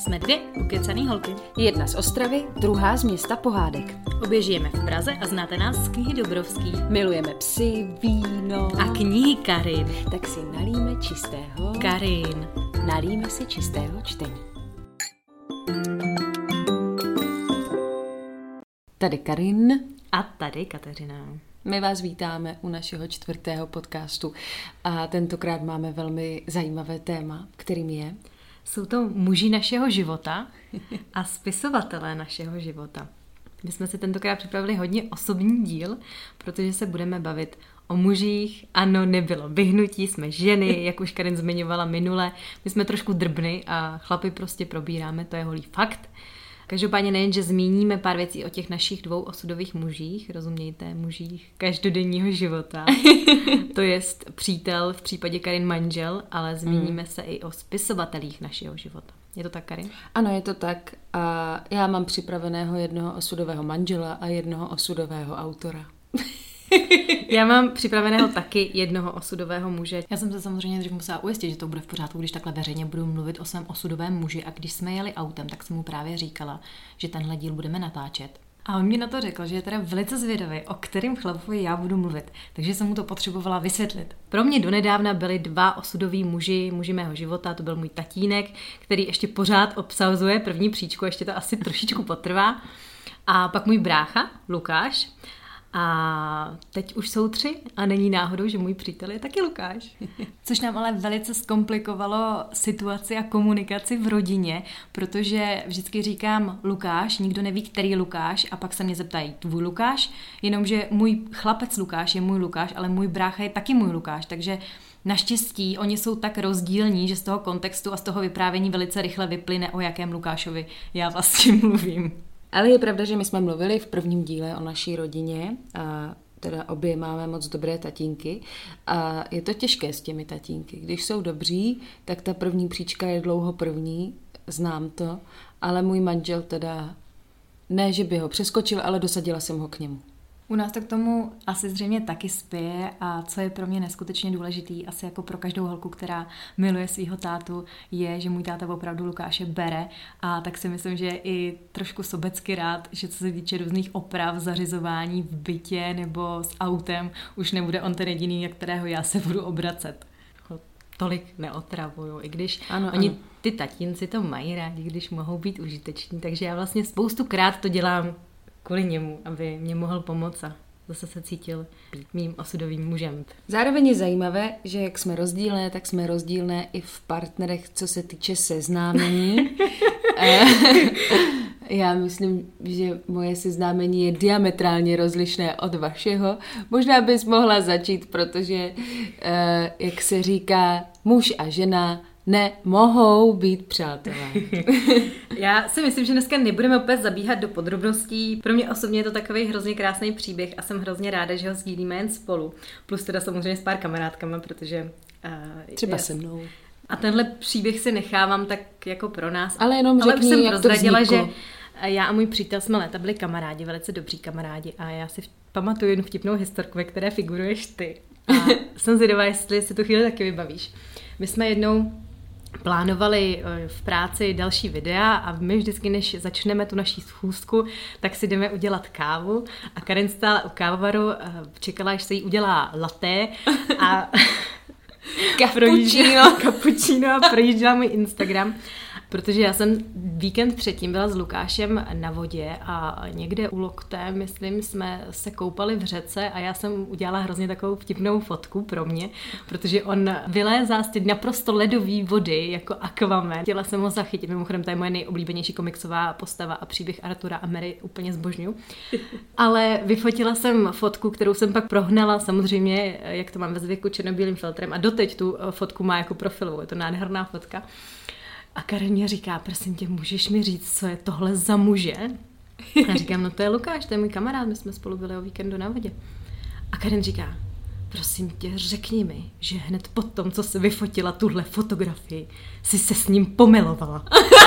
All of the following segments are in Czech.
Jsme dvě ukecaný holky. Jedna z Ostravy, druhá z města Pohádek. Obě žijeme v Praze a znáte nás z knihy Dobrovský. Milujeme psy, víno A knihy Karin. Tak si nalíme čistého. Karin. Nalíme si čistého čtení. Tady Karin. A tady Kateřina. My vás vítáme u našeho 4. podcastu a tentokrát máme velmi zajímavé téma, kterým je... Jsou to muži našeho života a spisovatelé našeho života. My jsme si tentokrát připravili hodně osobní díl, protože se budeme bavit o mužích. Ano, nebylo vyhnutí, jsme ženy, jak už Karin zmiňovala minule. My jsme trošku drbny a chlapi prostě probíráme, to je holý fakt. Každopádně nejen, že zmíníme pár věcí o těch našich dvou osudových mužích, rozumějte, mužích každodenního života, to jest přítel, v případě Karin manžel, ale zmíníme se i o spisovatelích našeho života. Je to tak, Karin? Ano, je to tak. A já mám připraveného jednoho osudového manžela a jednoho osudového autora. Já mám připraveného taky jednoho osudového muže. Já jsem se samozřejmě dřív musela ujistit, že to bude v pořádku, když takhle veřejně budu mluvit o svém osudovém muži, a když jsme jeli autem, tak jsem mu právě říkala, že tenhle díl budeme natáčet. A on mi na to řekl, že je teda velice zvědavý, o kterém chlapovi já budu mluvit, takže jsem mu to potřebovala vysvětlit. Pro mě donedávna byli dva osudoví muži mého života, to byl můj tatínek, který ještě pořád obsazuje první příčku, ještě to asi trošičku potrvá, a pak můj brácha, Lukáš. A teď už jsou 3 a není náhodou, že můj přítel je taky Lukáš. Což nám ale velice zkomplikovalo situaci a komunikaci v rodině, protože vždycky říkám Lukáš, nikdo neví, který Lukáš, a pak se mě zeptají, tvůj Lukáš? Jenomže můj chlapec Lukáš je můj Lukáš, ale můj brácha je taky můj Lukáš, takže naštěstí oni jsou tak rozdílní, že z toho kontextu a z toho vyprávění velice rychle vyplyne, o jakém Lukášovi já vlastně mluvím. Ale je pravda, že my jsme mluvili v prvním díle o naší rodině a teda obě máme moc dobré tatínky a je to těžké s těmi tatínky. Když jsou dobří, tak ta první příčka je dlouho první, znám to, ale můj manžel teda, ne, že by ho přeskočil, ale dosadila jsem ho k němu. U nás to k tomu asi zřejmě taky spěje, a co je pro mě neskutečně důležitý, asi jako pro každou holku, která miluje svého tátu, je, že můj táta opravdu Lukáše bere, a tak si myslím, že je i trošku sobecky rád, že co se týče různých oprav, zařizování v bytě nebo s autem, už nebude on ten jediný, na kterého já se budu obracet. Tolik neotravuju, i když oni ty tatínci to mají rádi, když mohou být užiteční, takže já vlastně spoustukrát to dělám kvůli němu, aby mě mohl pomoct a zase se cítil být mým osudovým mužem. Zároveň je zajímavé, že jak jsme rozdílné, tak jsme rozdílné i v partnerech, co se týče seznámení. Já myslím, že moje seznámení je diametrálně rozlišné od vašeho. Možná bys mohla začít, protože, jak se říká, muž a žena nemohou být přátelé. Já si myslím, že dneska nebudeme opět zabíhat do podrobností. Pro mě osobně je to takový hrozně krásný příběh a jsem hrozně ráda, že ho sdílíme jen spolu. Plus teda samozřejmě s pár kamarádkama, protože... třeba se mnou. A tenhle příběh si nechávám tak jako pro nás. Ale jenom řekni, už jsem jak prozradila, to že já a můj přítel jsme léta byli kamarádi, velice dobří kamarádi, a já si pamatuju jednu vtipnou historku, ve které figuruješ ty. A jsem zvědavá, jestli si tu chvíli taky vybavíš. My jsme jednou plánovali v práci další videa a my vždycky, než začneme tu naší schůzku, tak si jdeme udělat kávu, a Karin stála u kávovaru, čekala, až se jí udělá latte a cappuccino a projížděla můj Instagram, protože já jsem víkend předtím byla s Lukášem na vodě a někde u lokte, myslím, jsme se koupali v řece a já jsem udělala hrozně takovou vtipnou fotku pro mě, protože on vylézá z ty naprosto ledové vody jako Aquaman. Chtěla jsem ho zachytit, mimochodem to je moje nejoblíbenější komiksová postava a příběh Artura a Mary úplně zbožňuju. Ale vyfotila jsem fotku, kterou jsem pak prohnala samozřejmě, jak to mám ve zvyku, černobílým filtrem, a doteď tu fotku má jako profilovou, je to nádherná fotka. A Karin mě říká, prosím tě, můžeš mi říct, co je tohle za muže? A říkám, no to je Lukáš, to je můj kamarád, my jsme spolu byli o víkendu na vodě. A Karin říká, prosím tě, řekni mi, že hned po tom, co se vyfotila tuhle fotografii, si se s ním pomilovala.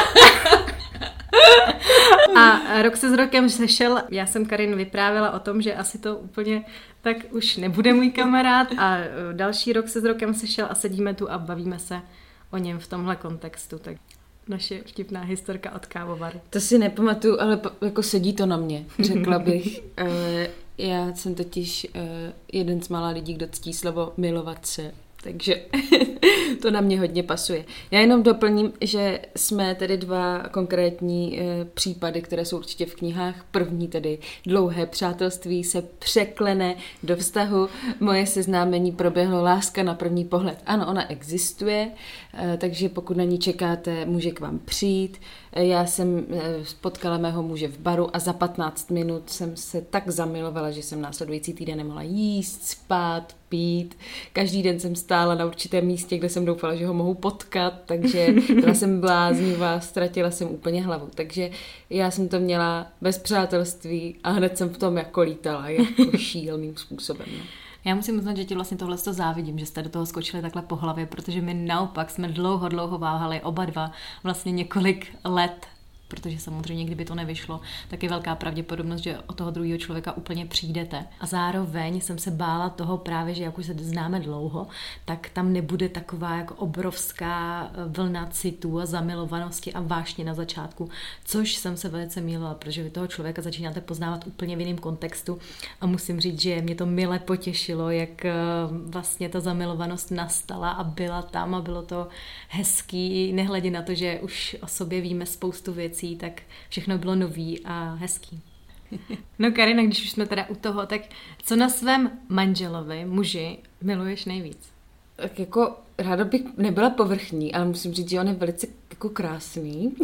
A rok se s rokem sešel, já jsem Karin vyprávěla o tom, že asi to úplně tak už nebude můj kamarád, a další rok se s rokem sešel a sedíme tu a bavíme se o něm v tomhle kontextu. Tak naše vtipná historka od kávovaru. To si nepamatuju, ale jako sedí to na mě, řekla bych. Já jsem totiž jeden z mála lidí, kdo ctí slovo milovat se. Takže to na mě hodně pasuje. Já jenom doplním, že jsme tedy 2 konkrétní případy, které jsou určitě v knihách. První tedy dlouhé přátelství se překlene do vztahu. Moje seznámení proběhlo láska na první pohled. Ano, ona existuje, takže pokud na ní čekáte, může k vám přijít. Já jsem potkala mého muže v baru a za 15 minut jsem se tak zamilovala, že jsem následující týden nemohla jíst, spát, pít. Každý den jsem stála na určitém místě, kde jsem doufala, že ho mohu potkat, takže byla jsem bláznivá, ztratila jsem úplně hlavu. Takže já jsem to měla bez přátelství a hned jsem v tom jako lítala, jako šíleným způsobem. No. Já musím uznat, že ti vlastně tohle závidím, že jste do toho skočili takhle po hlavě, protože my naopak jsme dlouho váhali oba dva vlastně několik let, protože samozřejmě, kdyby to nevyšlo, tak je velká pravděpodobnost, že od toho druhého člověka úplně přijdete. A zároveň jsem se bála toho právě, že jak už se známe dlouho, tak tam nebude taková jako obrovská vlna citů a zamilovanosti a vášně na začátku, což jsem se velice mýlila, protože vy toho člověka začínáte poznávat úplně v jiném kontextu a musím říct, že mě to mile potěšilo, jak vlastně ta zamilovanost nastala a byla tam a bylo to hezký, nehledě na to, že už o sobě víme spoustu věcí, tak všechno bylo nový a hezký. No Karina, když už jsme teda u toho, tak co na svém manželovi, muži, miluješ nejvíc? Tak jako ráda bych nebyla povrchní, ale musím říct, že on je velice jako krásný.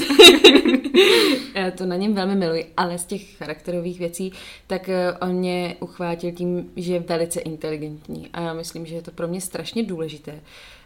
Já to na něm velmi miluji, ale z těch charakterových věcí, tak on mě uchvátil tím, že je velice inteligentní a já myslím, že je to pro mě strašně důležité.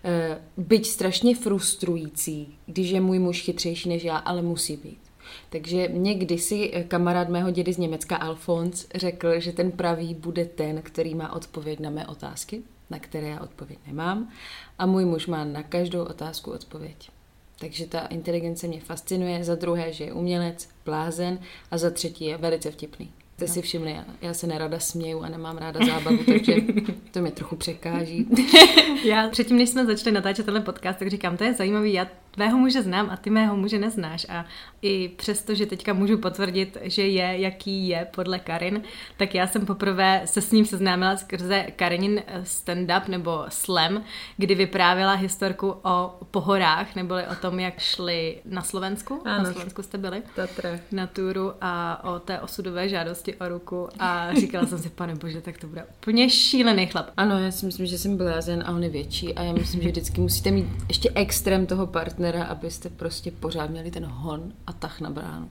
Byť strašně frustrující, když je můj muž chytřejší než já, ale musí být. Takže mě kdysi kamarád mého dědy z Německa Alfons řekl, že ten pravý bude ten, který má odpověď na mé otázky, na které já odpověď nemám, a můj muž má na každou otázku odpověď. Takže ta inteligence mě fascinuje, za druhé, že je umělec, blázen a za třetí je velice vtipný. Jste si všimli, já se nerada směju a nemám ráda zábavu, takže to mě trochu překáží. Já předtím, než jsme začali natáčet tenhle podcast, tak říkám, to je zajímavý, já tvého muže znám a ty mého muže neznáš a i přesto, že teďka můžu potvrdit, že je, jaký je podle Karin, tak já jsem poprvé se s ním seznámila skrze Karinin stand-up nebo slam, kdy vyprávěla historku o pohorách, neboli o tom, jak šli na Slovensku. Ano, na Slovensku jste byli? Tatrách. Na túru a o té osudové žádosti o ruku a říkala jsem si, pane bože, tak to bude úplně šílený chlap. Ano, já si myslím, že jsem blázen a on je větší a já myslím, že vždycky musíte mít ještě extrém toho partnera, abyste prostě pořád měli ten hon a tah na bránu.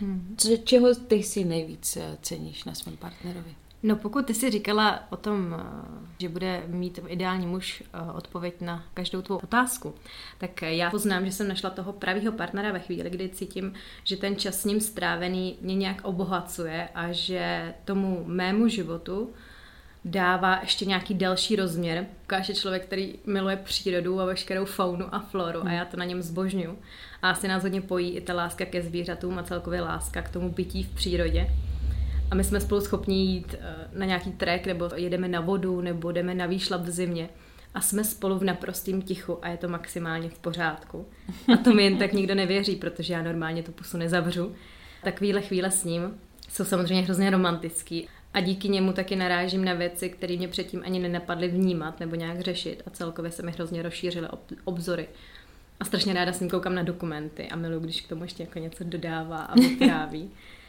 Čeho ty si nejvíc ceníš na svém partnerovi? No pokud ty si říkala o tom, že bude mít ideální muž odpověď na každou tvou otázku, tak já poznám, že jsem našla toho pravýho partnera ve chvíli, kdy cítím, že ten čas s ním strávený mě nějak obohacuje a že tomu mému životu dává ještě nějaký další rozměr. Lukáš je člověk, který miluje přírodu a veškerou faunu a floru a já to na něm zbožňuju. A asi nás hodně pojí i ta láska ke zvířatům a celkově láska k tomu bytí v přírodě. A my jsme spolu schopni jít na nějaký trek, nebo jedeme na vodu, nebo jdeme na výšlap v zimě. A jsme spolu v naprostém tichu a je to maximálně v pořádku. A to mi jen tak nikdo nevěří, protože já normálně tu pusu nezavřu. Takovýhle chvíle s ním jsou samozřejmě hrozně romantický. A díky němu taky narážím na věci, které mě předtím ani nenapadly vnímat nebo nějak řešit. A celkově se mi hrozně rozšířily obzory. A strašně ráda s ním koukám na dokumenty a miluji, když k tomu ještě jako něco dodává a vypráví.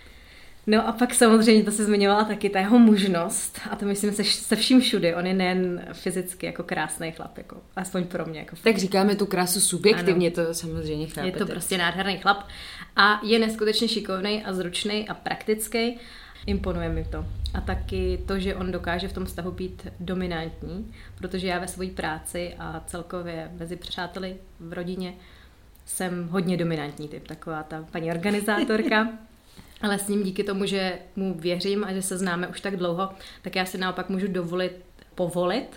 No a pak samozřejmě, to se zmiňovala taky, ta jeho mužnost, a to myslím se vším všudy, on je nejen fyzicky jako krásný chlap, jako, aspoň pro mě. Jako tak říkáme tu krásu subjektivně, ano. To samozřejmě chápete. Je to prostě nádherný chlap a je neskutečně šikovný a zručný a praktický, imponuje mi to. A taky to, že on dokáže v tom vztahu být dominantní, protože já ve své práci a celkově mezi přáteli v rodině jsem hodně dominantní typ, taková ta paní organizátorka. Ale s ním díky tomu, že mu věřím a že se známe už tak dlouho, tak já si naopak můžu dovolit povolit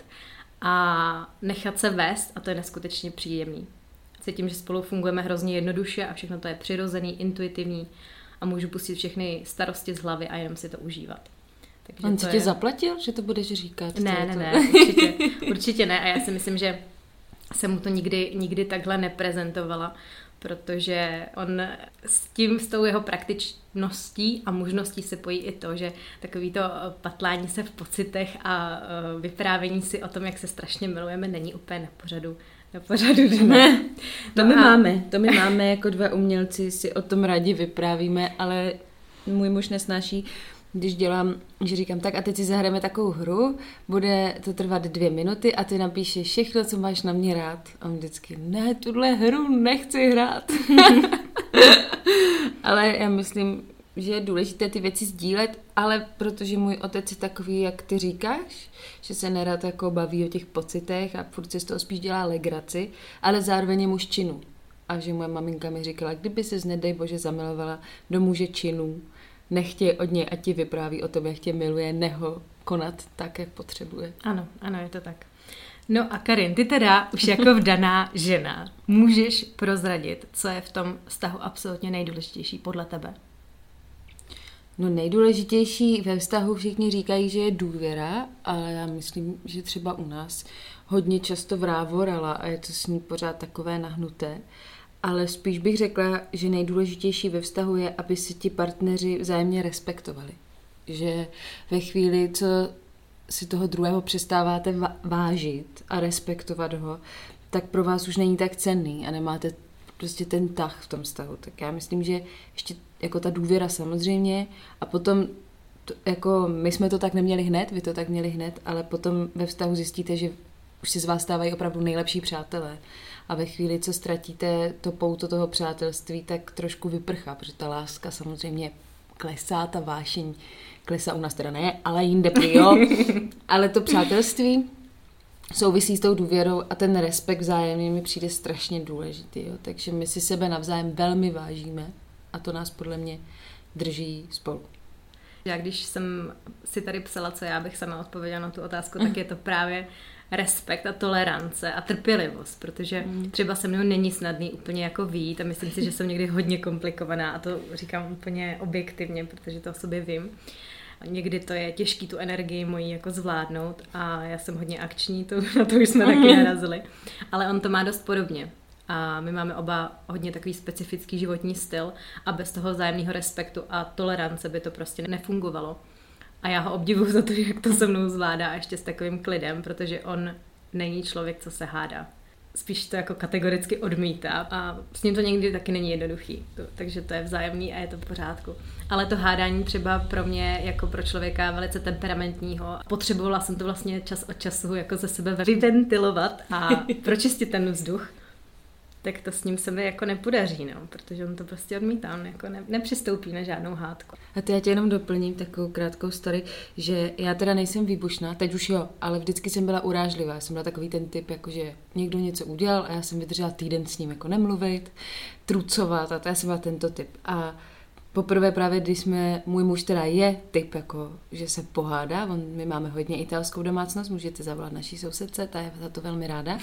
a nechat se vést a to je neskutečně příjemný. Cítím, že spolu fungujeme hrozně jednoduše a všechno to je přirozený, intuitivní a můžu pustit všechny starosti z hlavy a jenom si to užívat. Takže on si tě zaplatil, že to budeš říkat? Ne, určitě ne a já si myslím, že jsem mu to nikdy takhle neprezentovala, protože on s tou jeho praktičností a možností se pojí i to, že takový to patlání se v pocitech a vyprávění si o tom, jak se strašně milujeme, není úplně na pořadu dne. To my máme jako dva umělci, si o tom rádi vyprávíme, ale můj muž nesnáší, když dělám, že říkám, tak a teď si zahrajeme takovou hru, bude to trvat 2 minuty a ty napíšeš všechno, co máš na mě rád. A on vždycky, ne, tuhle hru nechci hrát. Ale já myslím, že je důležité ty věci sdílet, ale protože můj otec je takový, jak ty říkáš, že se nerad jako baví o těch pocitech a furt si z toho spíš dělá legraci, ale zároveň je muž činu. A že moje maminka mi říkala, kdyby se nedej bože zamilovala do muže činů, nechtě od něj, ať ti vypráví o tom, jak tě miluje, neho konat tak, jak potřebuje. Ano, je to tak. No a Karin, ty teda už jako vdaná žena můžeš prozradit, co je v tom vztahu absolutně nejdůležitější podle tebe? No nejdůležitější ve vztahu všichni říkají, že je důvěra, ale já myslím, že třeba u nás hodně často vrávorala a je to s ní pořád takové nahnuté. Ale spíš bych řekla, že nejdůležitější ve vztahu je, aby si ti partneři vzájemně respektovali. Že ve chvíli, co si toho druhého přestáváte vážit a respektovat ho, tak pro vás už není tak cenný a nemáte prostě ten tah v tom vztahu. Tak já myslím, že ještě jako ta důvěra samozřejmě a potom jako my jsme to tak neměli hned, vy to tak měli hned, ale potom ve vztahu zjistíte, že už si z vás stávají opravdu nejlepší přátelé. A ve chvíli, co ztratíte to pouto toho přátelství, tak trošku vyprchá, protože ta láska samozřejmě klesá, ta vášeň klesá u nás teda ne, ale jinde jo. Ale to přátelství souvisí s tou důvěrou a ten respekt vzájemný mi přijde strašně důležitý. Jo. Takže my si sebe navzájem velmi vážíme a to nás podle mě drží spolu. Já když jsem si tady psala, co já bych sama odpověděla na tu otázku, tak je to právě respekt a tolerance a trpělivost, protože třeba se mnou není snadný úplně jako vyjít a myslím si, že jsem někdy hodně komplikovaná a to říkám úplně objektivně, protože to o sobě vím. Někdy to je těžký tu energii mojí jako zvládnout a já jsem hodně akční, na to už jsme taky narazili, ale on to má dost podobně. A my máme oba hodně takový specifický životní styl a bez toho vzájemného respektu a tolerance by to prostě nefungovalo. A já ho obdivuju za to, jak to se mnou zvládá a ještě s takovým klidem, protože on není člověk, co se hádá. Spíš to jako kategoricky odmítá a s ním to někdy taky není jednoduchý. Takže to je vzájemný a je to v pořádku. Ale to hádání třeba pro mě jako pro člověka velice temperamentního. Potřebovala jsem to vlastně čas od času jako ze sebe vyventilovat a pročistit ten vzduch. Tak to s ním se mi jako nepodaří, no, protože on to prostě odmítá, on jako nepřistoupí na žádnou hádku. A to já tě jenom doplním takovou krátkou story, že já teda nejsem výbušná, teď už jo, ale vždycky jsem byla urážlivá, já jsem byla takový ten typ, jakože někdo něco udělal a já jsem vydržela týden s ním jako nemluvit, trucovat a to já jsem byla tento typ. A poprvé právě, když můj muž teda je typ, jako, že se pohádá, my máme hodně italskou domácnost, můžete zavolat naší sousedce, ta je za to velmi ráda.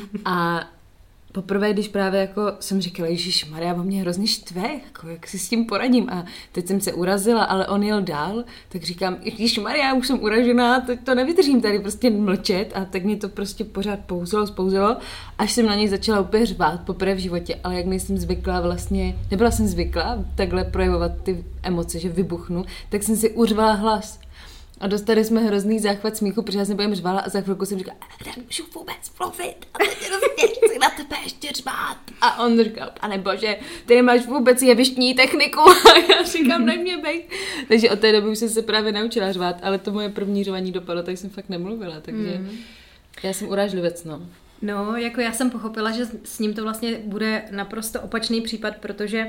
A poprvé, když právě jako jsem říkala, ježišmarja, on mě hrozně štve, jako, jak si s tím poradím. A teď jsem se urazila, ale on jel dál, tak říkám, ježišmarja, už jsem uražená, teď to nevydržím tady prostě mlčet. A tak mě to prostě pořád spouzelo, až jsem na něj začala úplně řvát poprvé v životě. Ale jak nejsem zvyklá vlastně, nebyla jsem zvyklá takhle projevovat ty emoce, že vybuchnu, tak jsem si uřvala hlas. A dostali jsme hrozný záchvat smíchu, protože já jsem pojem řvala a za chvilku jsem říkala, nemůžu vůbec mluvit a teď chci na tebe ještě řvát. A on říkal, pane bože, ty nemáš vůbec jevištní techniku. A já říkám, nech mě bejt. Takže od té doby už jsem se právě naučila řvát, ale to moje první řvaní dopadlo, tak jsem fakt nemluvila, takže já jsem urážlivec, no. No, jako já jsem pochopila, že s ním to vlastně bude naprosto opačný případ, protože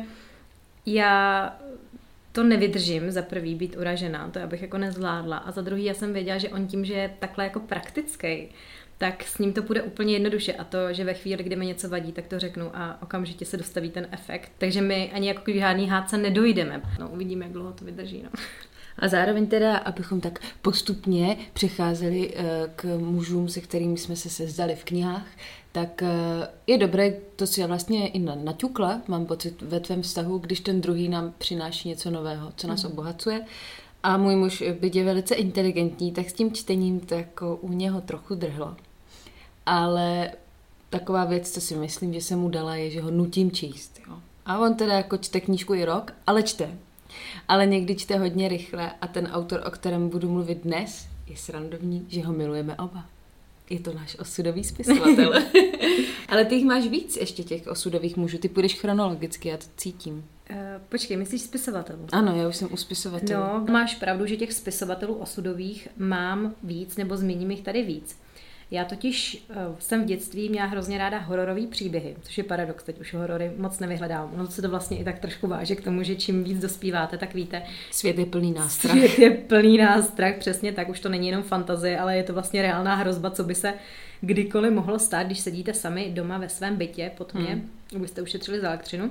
já to nevydržím za prvý být uražená, to abych jako nezvládla. A za druhý já jsem věděla, že on tím, že je takhle jako praktický, tak s ním to půjde úplně jednoduše. A to, že ve chvíli, kdy mi něco vadí, tak to řeknu a okamžitě se dostaví ten efekt. Takže my ani jako k žádný hádce nedojdeme. No, uvidíme, jak dlouho to vydrží. No. A zároveň teda, abychom tak postupně přecházeli k mužům, se kterými jsme se sezdali v knihách, tak je dobré, to si já vlastně i naťukla, mám pocit ve tvém vztahu, když ten druhý nám přináší něco nového, co nás obohacuje. A můj muž, byť je velice inteligentní, tak s tím čtením to jako u něho trochu drhlo. Ale taková věc, co si myslím, že se mu dala, je, že ho nutím číst. Jo. A on teda jako čte knížku i rok, ale čte. Ale někdy čte hodně rychle a ten autor, o kterém budu mluvit dnes, je srandovní, že ho milujeme oba. Je to náš osudový spisovatel. Ale ty jich máš víc ještě těch osudových mužů. Ty půjdeš chronologicky, já to cítím. Počkej, myslíš spisovatelů? Ano, já už jsem u spisovatelů. No, máš pravdu, že těch spisovatelů osudových mám víc, nebo zmíním jich tady víc. Já totiž jsem v dětství měla hrozně ráda hororové příběhy, což je paradox, teď už horory moc nevyhledávám. Ono se to vlastně i tak trošku váže k tomu, že čím víc dospíváte, tak víte. Svět je plný nástrah. Svět je plný nástrah, přesně tak, už to není jenom fantazie, ale je to vlastně reálná hrozba, co by se kdykoliv mohlo stát, když sedíte sami doma ve svém bytě pod mě, abyste ušetřili za elektřinu.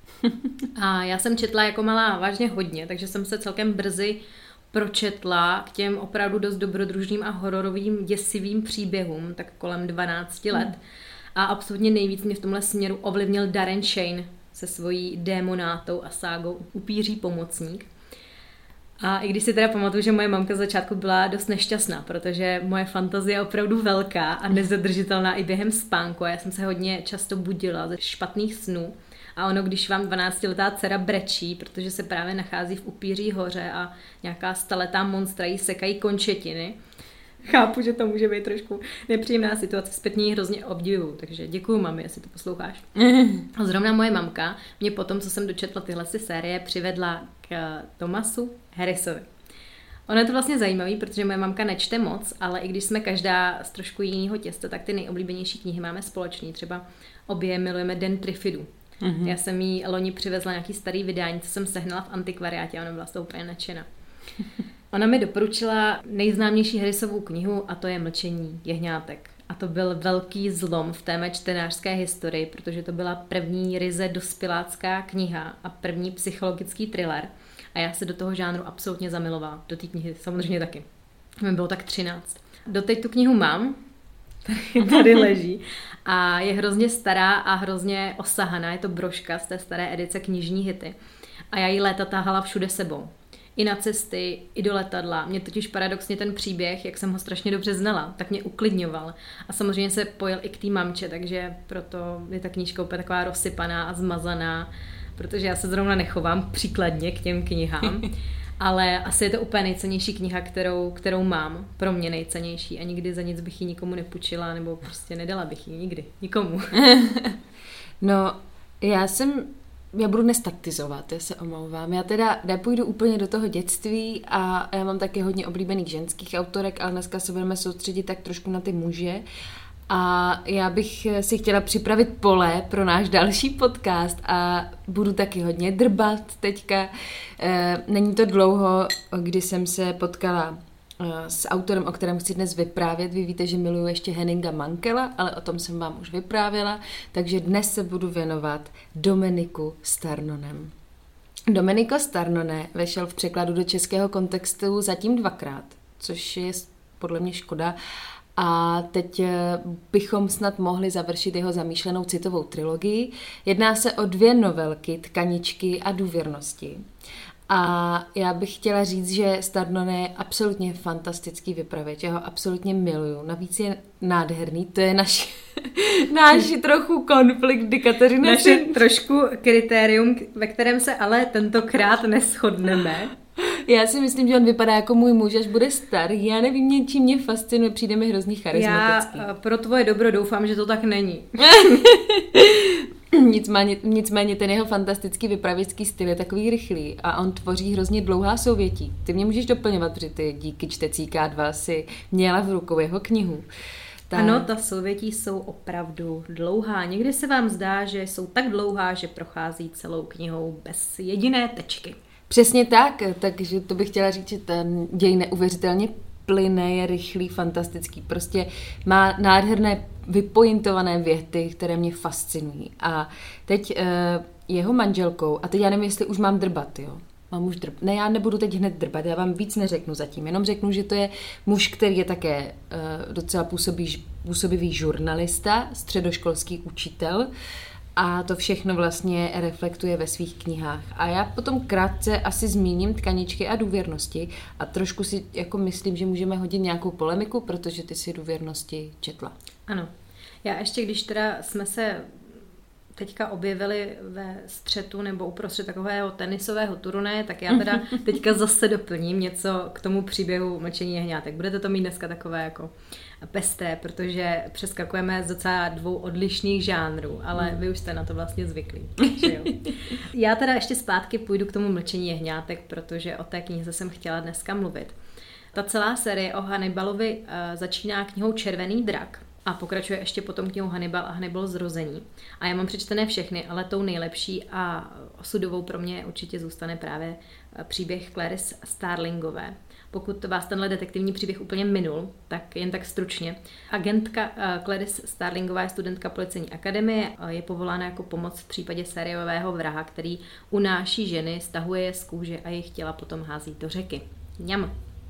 A já jsem četla jako malá vážně hodně, takže jsem se celkem brzy pročetla k těm opravdu dost dobrodružným a hororovým děsivým příběhům, tak kolem 12 let. A absolutně nejvíc mě v tomhle směru ovlivnil Darren Shane se svojí démonátou a ságou Upíří pomocník. A i když si teda pamatuju, že moje mamka z začátku byla dost nešťastná, protože moje fantazie je opravdu velká a nezadržitelná i během spánku. A já jsem se hodně často budila ze špatných snů. A ono, když vám 12letá dcera brečí, protože se právě nachází v Upíří hoře a nějaká staletá monstra jí sekají končetiny, chápu, že to může být trošku nepříjemná situace, zpětně ji hrozně obdivuju, takže děkuju mami, jestli to posloucháš. A zrovna moje mamka mě potom, co jsem dočetla tyhle série, přivedla k Thomasu Harrisovi. Ono je to vlastně zajímavý, protože moje mamka nečte moc, ale i když jsme každá z trošku jiného těsta, tak ty nejoblíbenější knihy máme společný. Třeba obě milujeme Den Trifidu. Já jsem jí loni přivezla nějaký starý vydání, co jsem sehnala v antikvariátě a ona byla z toho úplně nadšená. Ona mi doporučila nejznámější Harrisovu knihu a to je Mlčení jehňátek. A to byl velký zlom v té mé čtenářské historii, protože to byla první ryze dospělácká kniha a první psychologický thriller. A já se do toho žánru absolutně zamilovala. Do té knihy samozřejmě taky. Mi bylo tak 13. Doteď tu knihu mám, tady leží. A je hrozně stará a hrozně osahaná. Je to brožka z té staré edice Knižní hity. A já ji léta tahala všude sebou. I na cesty, i do letadla. Mě totiž paradoxně ten příběh, jak jsem ho strašně dobře znala, tak mě uklidňoval. A samozřejmě se pojil i k té mamče, takže proto je ta knížka úplně taková rozsypaná a zmazaná, protože já se zrovna nechovám příkladně k těm knihám. Ale asi je to úplně nejcennější kniha, kterou mám. Pro mě nejcennější a nikdy za nic bych ji nikomu nepůjčila, nebo prostě nedala bych ji nikdy. Nikomu. No, já budu nestaktizovat, já se omlouvám. Já teda nepůjdu úplně do toho dětství a já mám taky hodně oblíbených ženských autorek, ale dneska se budeme soustředit tak trošku na ty muže. A já bych si chtěla připravit pole pro náš další podcast a budu taky hodně drbat teďka. Není to dlouho, kdy jsem se potkala s autorem, o kterém chci dnes vyprávět. Vy víte, že miluji ještě Henninga Mankella, ale o tom jsem vám už vyprávěla, takže dnes se budu věnovat Domeniku Starnonem. Domenico Starnone vešel v překladu do českého kontextu zatím 2krát, což je podle mě škoda. A teď bychom snad mohli završit jeho zamýšlenou citovou trilogii. Jedná se o 2 novelky, Tkaničky a Důvěrnosti. A já bych chtěla říct, že Starnone je absolutně fantastický vypravěč, já ho absolutně miluju. Navíc je nádherný, to je náš trochu konflikt, kdy Kateřina... Naše trošku kritérium, ve kterém se ale tentokrát neshodneme. Já si myslím, že on vypadá jako můj muž, až bude starý. Já nevím, čím mě fascinuje, přijde mi hrozný charismatický. Já pro tvoje dobro doufám, že to tak není. Nicméně ten jeho fantastický vypravěcký styl je takový rychlý a on tvoří hrozně dlouhá souvětí. Ty mě můžeš doplňovat, protože ty díky čtecí K2 si měla v rukou jeho knihu. Ano, ta souvětí jsou opravdu dlouhá. Někdy se vám zdá, že jsou tak dlouhá, že prochází celou knihou bez jediné tečky. Přesně tak, takže to bych chtěla říct, že ten děj neuvěřitelně plyne, je rychlý, fantastický. Prostě má nádherné vypointované věty, které mě fascinují. A teď jeho manželkou, a teď já nevím, jestli už mám drbat, jo? Mám už drbat. Ne, já nebudu teď hned drbat, já vám víc neřeknu zatím, jenom řeknu, že to je muž, který je také docela působivý žurnalista, středoškolský učitel, a to všechno vlastně reflektuje ve svých knihách. A já potom krátce asi zmíním Tkaničky a Důvěrnosti a trošku si jako myslím, že můžeme hodit nějakou polemiku, protože ty si Důvěrnosti četla. Ano. Já ještě, když teda jsme se teďka objevili ve střetu nebo uprostřed takového tenisového turnaje, tak já teda teďka zase doplním něco k tomu příběhu Mlčení jehňátek. Budete to mít dneska takové jako pestré, protože přeskakujeme z docela 2 odlišných žánrů, ale vy už jste na to vlastně zvyklí. Já teda ještě zpátky půjdu k tomu Mlčení jehňátek, protože o té knize jsem chtěla dneska mluvit. Ta celá série o Hannibalovi začíná knihou Červený drak a pokračuje ještě potom knihou Hannibal a Hannibal zrození. A já mám přečtené všechny, ale tou nejlepší a osudovou pro mě určitě zůstane právě příběh Clarice Starlingové. Pokud vás tenhle detektivní příběh úplně minul, tak jen tak stručně. Agentka Clarice Starlingová je studentka policejní akademie, je povolána jako pomoc v případě sériového vraha, který unáší ženy, stahuje je z kůže a jejich těla potom hází do řeky. Ňam.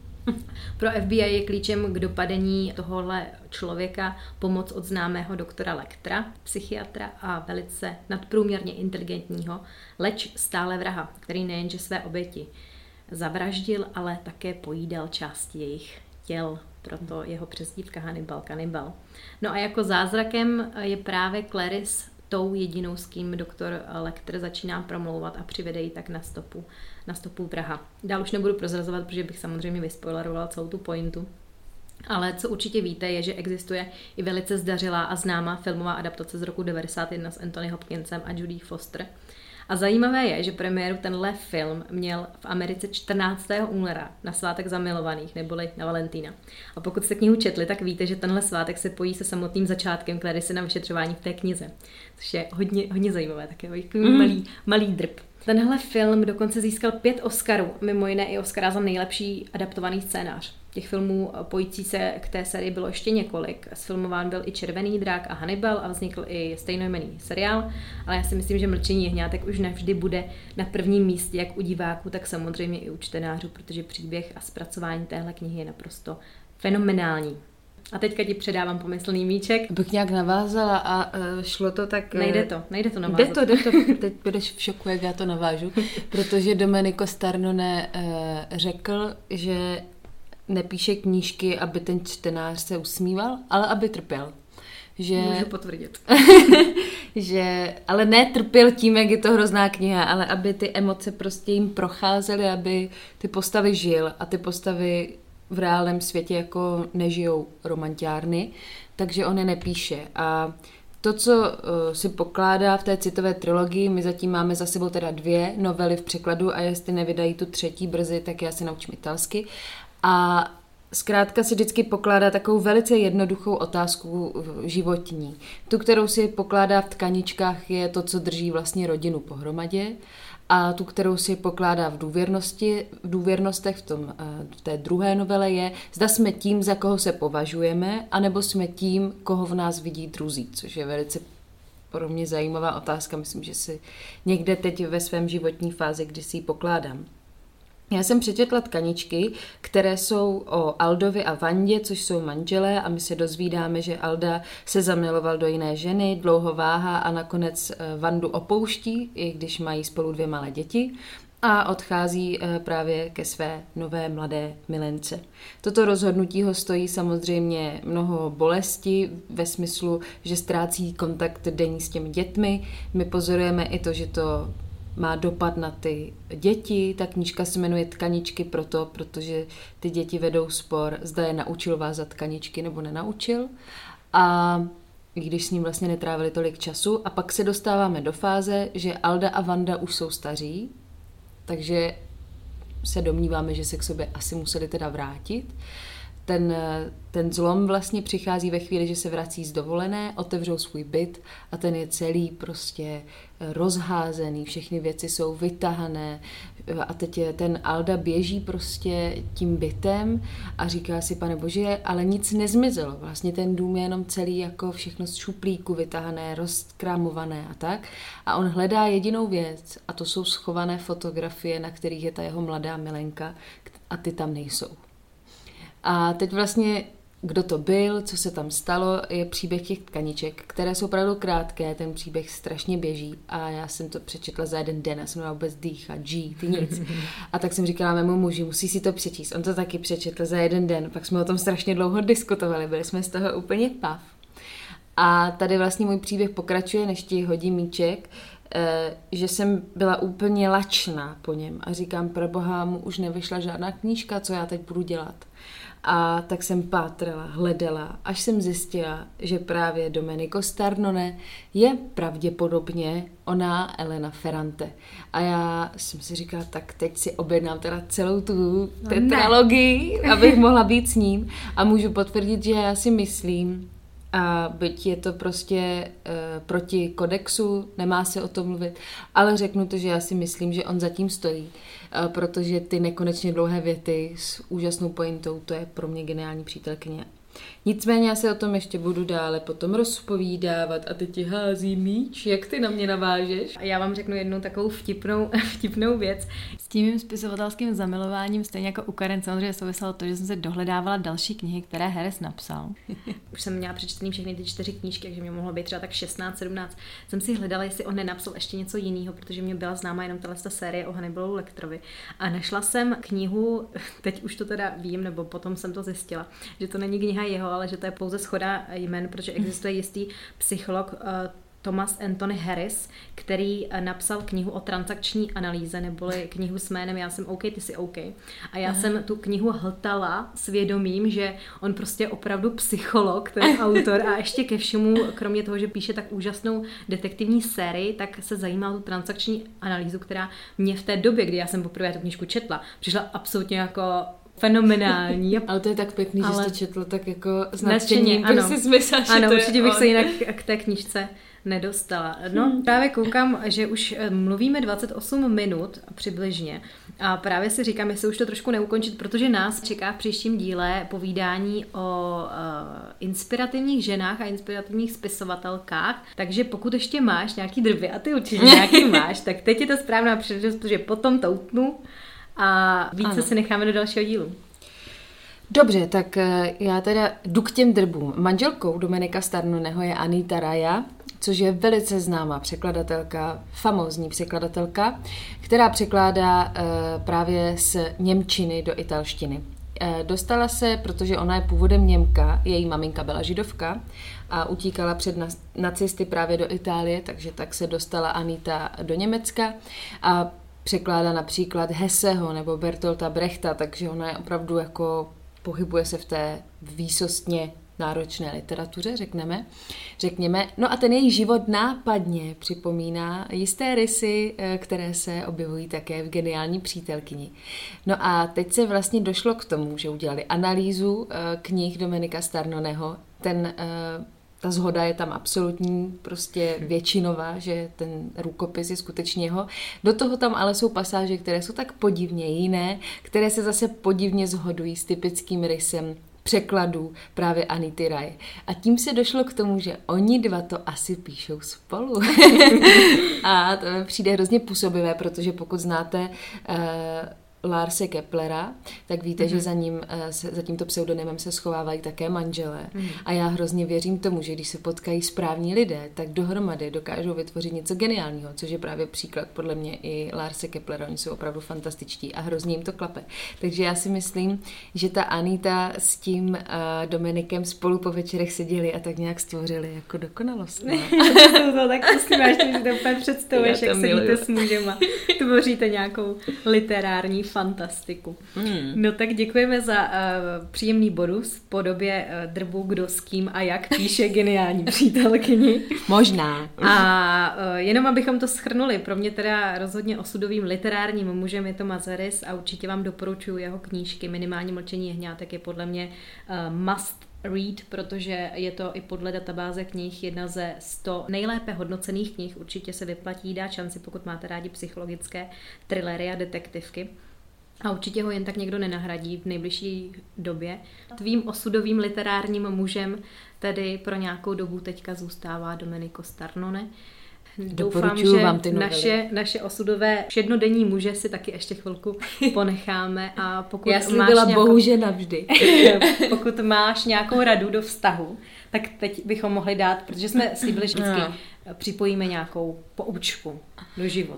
Pro FBI je klíčem k dopadení tohohle člověka pomoc od známého doktora Lectera, psychiatra a velice nadprůměrně inteligentního, leč stále vraha, který nejenže své oběti zavraždil, ale také pojídal části jejich těl. Proto jeho přezdívka Hannibal kanibal. No a jako zázrakem je právě Clarice tou jedinou, s kým doktor Lecter začíná promlouvat a přivede ji tak na stopu vraha. Dál už nebudu prozrazovat, protože bych samozřejmě vyspoilerovala celou tu pointu. Ale co určitě víte, je, že existuje i velice zdařilá a známá filmová adaptace z roku 1991 s Anthony Hopkinsem a Jodie Foster. A zajímavé je, že premiéru tenhle film měl v Americe 14. února na svátek zamilovaných, neboli na Valentína. A pokud jste knihu četli, tak víte, že tenhle svátek se pojí se samotným začátkem Clarice na vyšetřování v té knize. Což je hodně zajímavé, takový malý drb. Tenhle film dokonce získal 5 Oscarů, mimo jiné i Oscara za nejlepší adaptovaný scénář. Těch filmů pojící se k té sérii bylo ještě několik. Sfilmován byl i Červený drak a Hannibal a vznikl i stejnojmenný seriál, ale já si myslím, že Mlčení jehňátek už navždy bude na prvním místě jak u diváků, tak samozřejmě i u čtenářů, protože příběh a zpracování téhle knihy je naprosto fenomenální. A teďka ti předávám pomyslný míček. Bych nějak navázala a šlo to tak... Nejde to navázat. Jde to. Teď budeš v šoku, jak já to navážu, protože Domenico Starnone řekl, že nepíše knížky, aby ten čtenář se usmíval, ale aby trpěl. Můžu potvrdit. Ale ne trpěl tím, jak je to hrozná kniha, ale aby ty emoce prostě jim procházely, aby ty postavy žil a ty postavy v reálném světě jako nežijou romantiárny, takže on je nepíše. A to, co si pokládá v té citové trilogii, my zatím máme za sebou teda 2 novely v překladu a jestli nevydají tu 3. brzy, tak já se naučím italsky. A zkrátka si vždycky pokládá takovou velice jednoduchou otázku životní. Tu, kterou si pokládá v tkaničkách, je to, co drží vlastně rodinu pohromadě. A tu, kterou si pokládá v důvěrnostech v té druhé novele je, zda jsme tím, za koho se považujeme, anebo jsme tím, koho v nás vidí druzí, což je velice pro mě zajímavá otázka. Myslím, že si někde teď ve svém životní fázi, kdy si ji pokládám. Já jsem přečetla tkaničky, které jsou o Aldovi a Vandě, což jsou manželé a my se dozvídáme, že Alda se zamiloval do jiné ženy, dlouho váhá a nakonec Vandu opouští, i když mají spolu 2 malé děti a odchází právě ke své nové mladé milence. Toto rozhodnutí ho stojí samozřejmě mnoho bolesti ve smyslu, že ztrácí kontakt denní s těmi dětmi. My pozorujeme i to, že to má dopad na ty děti. Ta knížka se jmenuje Tkaničky protože ty děti vedou spor, zda je naučil vázat tkaničky nebo nenaučil. A i když s ním vlastně netrávili tolik času. A pak se dostáváme do fáze, že Alda a Vanda už jsou staří, takže se domníváme, že se k sobě asi museli teda vrátit. Ten zlom vlastně přichází ve chvíli, že se vrací z dovolené, otevřou svůj byt a ten je celý prostě rozházený, všechny věci jsou vytahané a teď ten Alda běží prostě tím bytem a říká si, pane bože, ale nic nezmizelo. Vlastně ten dům je jenom celý jako všechno z šuplíku vytahané, rozkrámované a tak. A on hledá jedinou věc a to jsou schované fotografie, na kterých je ta jeho mladá milenka a ty tam nejsou. A teď vlastně, kdo to byl, co se tam stalo, je příběh těch tkaniček, které jsou opravdu krátké, ten příběh strašně běží a já jsem to přečetla za jeden den a jsem měla vůbec dýchat, ty nic. A tak jsem říkala mému muži, musí si to přečíst, on to taky přečetl za jeden den, pak jsme o tom strašně dlouho diskutovali, byli jsme z toho úplně pav. A tady vlastně můj příběh pokračuje, než ti hodím míček, že jsem byla úplně lačná po něm a říkám, proboha, mu už nevyšla žádná knížka, co já teď budu dělat. A tak jsem pátrala, hledala, až jsem zjistila, že právě Domenico Starnone je pravděpodobně ona Elena Ferrante. A já jsem si říkala, tak teď si objednám teda celou tu tetralogii, abych mohla být s ním. A můžu potvrdit, že já si myslím, a byť je to prostě proti kodexu, nemá se o tom mluvit, ale řeknu to, že já si myslím, že on zatím stojí, protože ty nekonečně dlouhé věty s úžasnou pointou, to je pro mě geniální přítelkyně. Nicméně já se o tom ještě budu dále potom rozpovídávat a teď ti hází míč, jak ty na mě navážeš? A já vám řeknu jednu takovou vtipnou věc. S tím mým spisovatelským zamilováním, stejně jako u Karen, samozřejmě souviselo to, že jsem se dohledávala další knihy, které Harris napsal. Už jsem měla přečtený všechny ty 4 knížky, takže mě mohlo být třeba tak 16, 17. Jsem si hledala, jestli on nenapsal ještě něco jiného, protože mě byla známa jenom ta série o Hannibalu Lecterovi. A našla jsem knihu, teď už to teda vím, nebo potom jsem to zjistila, že to není kniha jeho, ale že to je pouze shoda jmen, protože existuje jistý psycholog Thomas Anthony Harris, který napsal knihu o transakční analýze, neboli knihu s jménem Já jsem OK, ty jsi OK. A já jsem tu knihu hltala s vědomím, že on prostě je opravdu psycholog, ten autor, a ještě ke všemu, kromě toho, že píše tak úžasnou detektivní sérii, tak se zajímal tu transakční analýzu, která mě v té době, kdy já jsem poprvé tu knížku četla, přišla absolutně jako fenomenální. Ale to je tak pěkný, že jsi to četla tak jako s nadšením. Ano, ano, určitě bych se jinak k té knížce nedostala. No, právě koukám, že už mluvíme 28 minut přibližně a právě si říkám, jestli už to trošku neukončit, protože nás čeká v příštím díle povídání o inspirativních ženách a inspirativních spisovatelkách, takže pokud ještě máš nějaký drvy, a ty určitě nějaký máš, tak teď je to správná příležitost, protože potom to utnu a více si necháme do dalšího dílu. Dobře, tak já teda jdu k těm drbům. Manželkou Domenica Starnoneho je Anita Raja, což je velice známá překladatelka, famózní překladatelka, která překládá právě z němčiny do italštiny. Dostala se, protože ona je původem Němka, její maminka byla židovka a utíkala před nacisty právě do Itálie, takže tak se dostala Anita do Německa a překládá například Hesseho nebo Bertolta Brechta, takže ona je opravdu jako pohybuje se v té výsostně náročné literatuře, řekněme. No a ten její život nápadně připomíná jisté rysy, které se objevují také v Geniální přítelkyni. No a teď se vlastně došlo k tomu, že udělali analýzu knih Domenica Starnoneho. Ta shoda je tam absolutní, prostě většinová, že ten rukopis je skutečně jeho. Do toho tam ale jsou pasáže, které jsou tak podivně jiné, které se zase podivně shodují s typickým rysem překladů právě Anity Raje. A tím se došlo k tomu, že oni dva to asi píšou spolu. A to mi přijde hrozně působivé, protože pokud znáte Larse Keplera, tak víte, že za tímto pseudonymem se schovávají také manželé. A já hrozně věřím tomu, že když se potkají správní lidé, tak dohromady dokážou vytvořit něco geniálního, což je právě příklad podle mě i Larse Keplera. Oni jsou opravdu fantastičtí a hrozně jim to klape. Takže já si myslím, že ta Anita s tím Dominikem spolu po večerech seděli a tak nějak stvořili jako dokonalost. To tak prostě máš, že to úplně představuješ, jak sedíte s mužema. Tvoříte nějakou literární fantastiku. No tak děkujeme za příjemný bonus v podobě drbu, kdo s kým a jak píše Geniální přítelkyni. Možná. A jenom abychom to shrnuli, pro mě teda rozhodně osudovým literárním mužem je Thomas Harris a určitě vám doporučuji jeho knížky. Minimální mlčení jehňátek je podle mě must read, protože je to i podle databáze knih jedna ze 100 nejlépe hodnocených knih. Určitě se vyplatí dát šanci, pokud máte rádi psychologické thrillery a detektivky. A určitě ho jen tak někdo nenahradí v nejbližší době. Tvým osudovým literárním mužem tedy pro nějakou dobu teďka zůstává Domenico Starnone. Doufám, že naše osudové všednodenní muže si taky ještě chvilku ponecháme. A pokud já jsem byla bohužel navždy. Pokud máš nějakou radu do vztahu, tak teď bychom mohli dát, protože jsme slíbili, že vždycky připojíme nějakou poučku do života.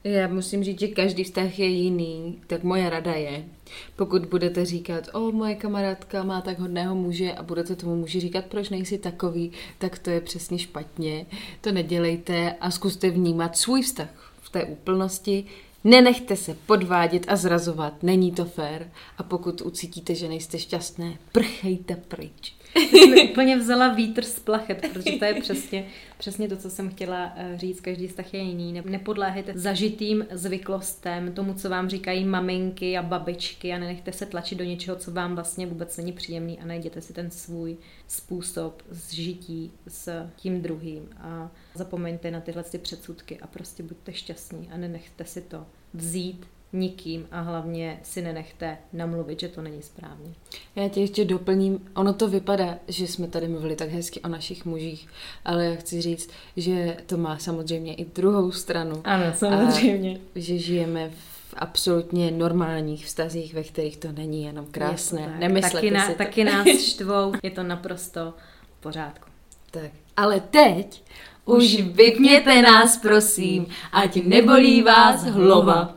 Já musím říct, že každý vztah je jiný, tak moje rada je, pokud budete říkat, moje kamarádka má tak hodného muže a budete tomu muži říkat, proč nejsi takový, tak to je přesně špatně. To nedělejte a zkuste vnímat svůj vztah v té úplnosti. Nenechte se podvádět a zrazovat, není to fér. A pokud ucítíte, že nejste šťastné, prchejte pryč. Ty jsi úplně vzala vítr z plachet, protože to je přesně to, co jsem chtěla říct. Každý vztah je jiný. Nepodléhejte zažitým zvyklostem, tomu, co vám říkají maminky a babičky a nenechte se tlačit do něčeho, co vám vlastně vůbec není příjemný a najděte si ten svůj způsob žití s tím druhým a zapomeňte na tyhle předsudky a prostě buďte šťastní a nenechte si to vzít nikým a hlavně si nenechte namluvit, že to není správně. Já tě ještě doplním, ono to vypadá, že jsme tady mluvili tak hezky o našich mužích, ale já chci říct, že to má samozřejmě i druhou stranu. Ano, samozřejmě. A že žijeme v absolutně normálních vztazích, ve kterých to není jenom krásné. Nemyslete si to. Taky nás štvou, je to naprosto v pořádku. Tak. Ale teď už vypněte nás, prosím, ať nebolí vás hlava.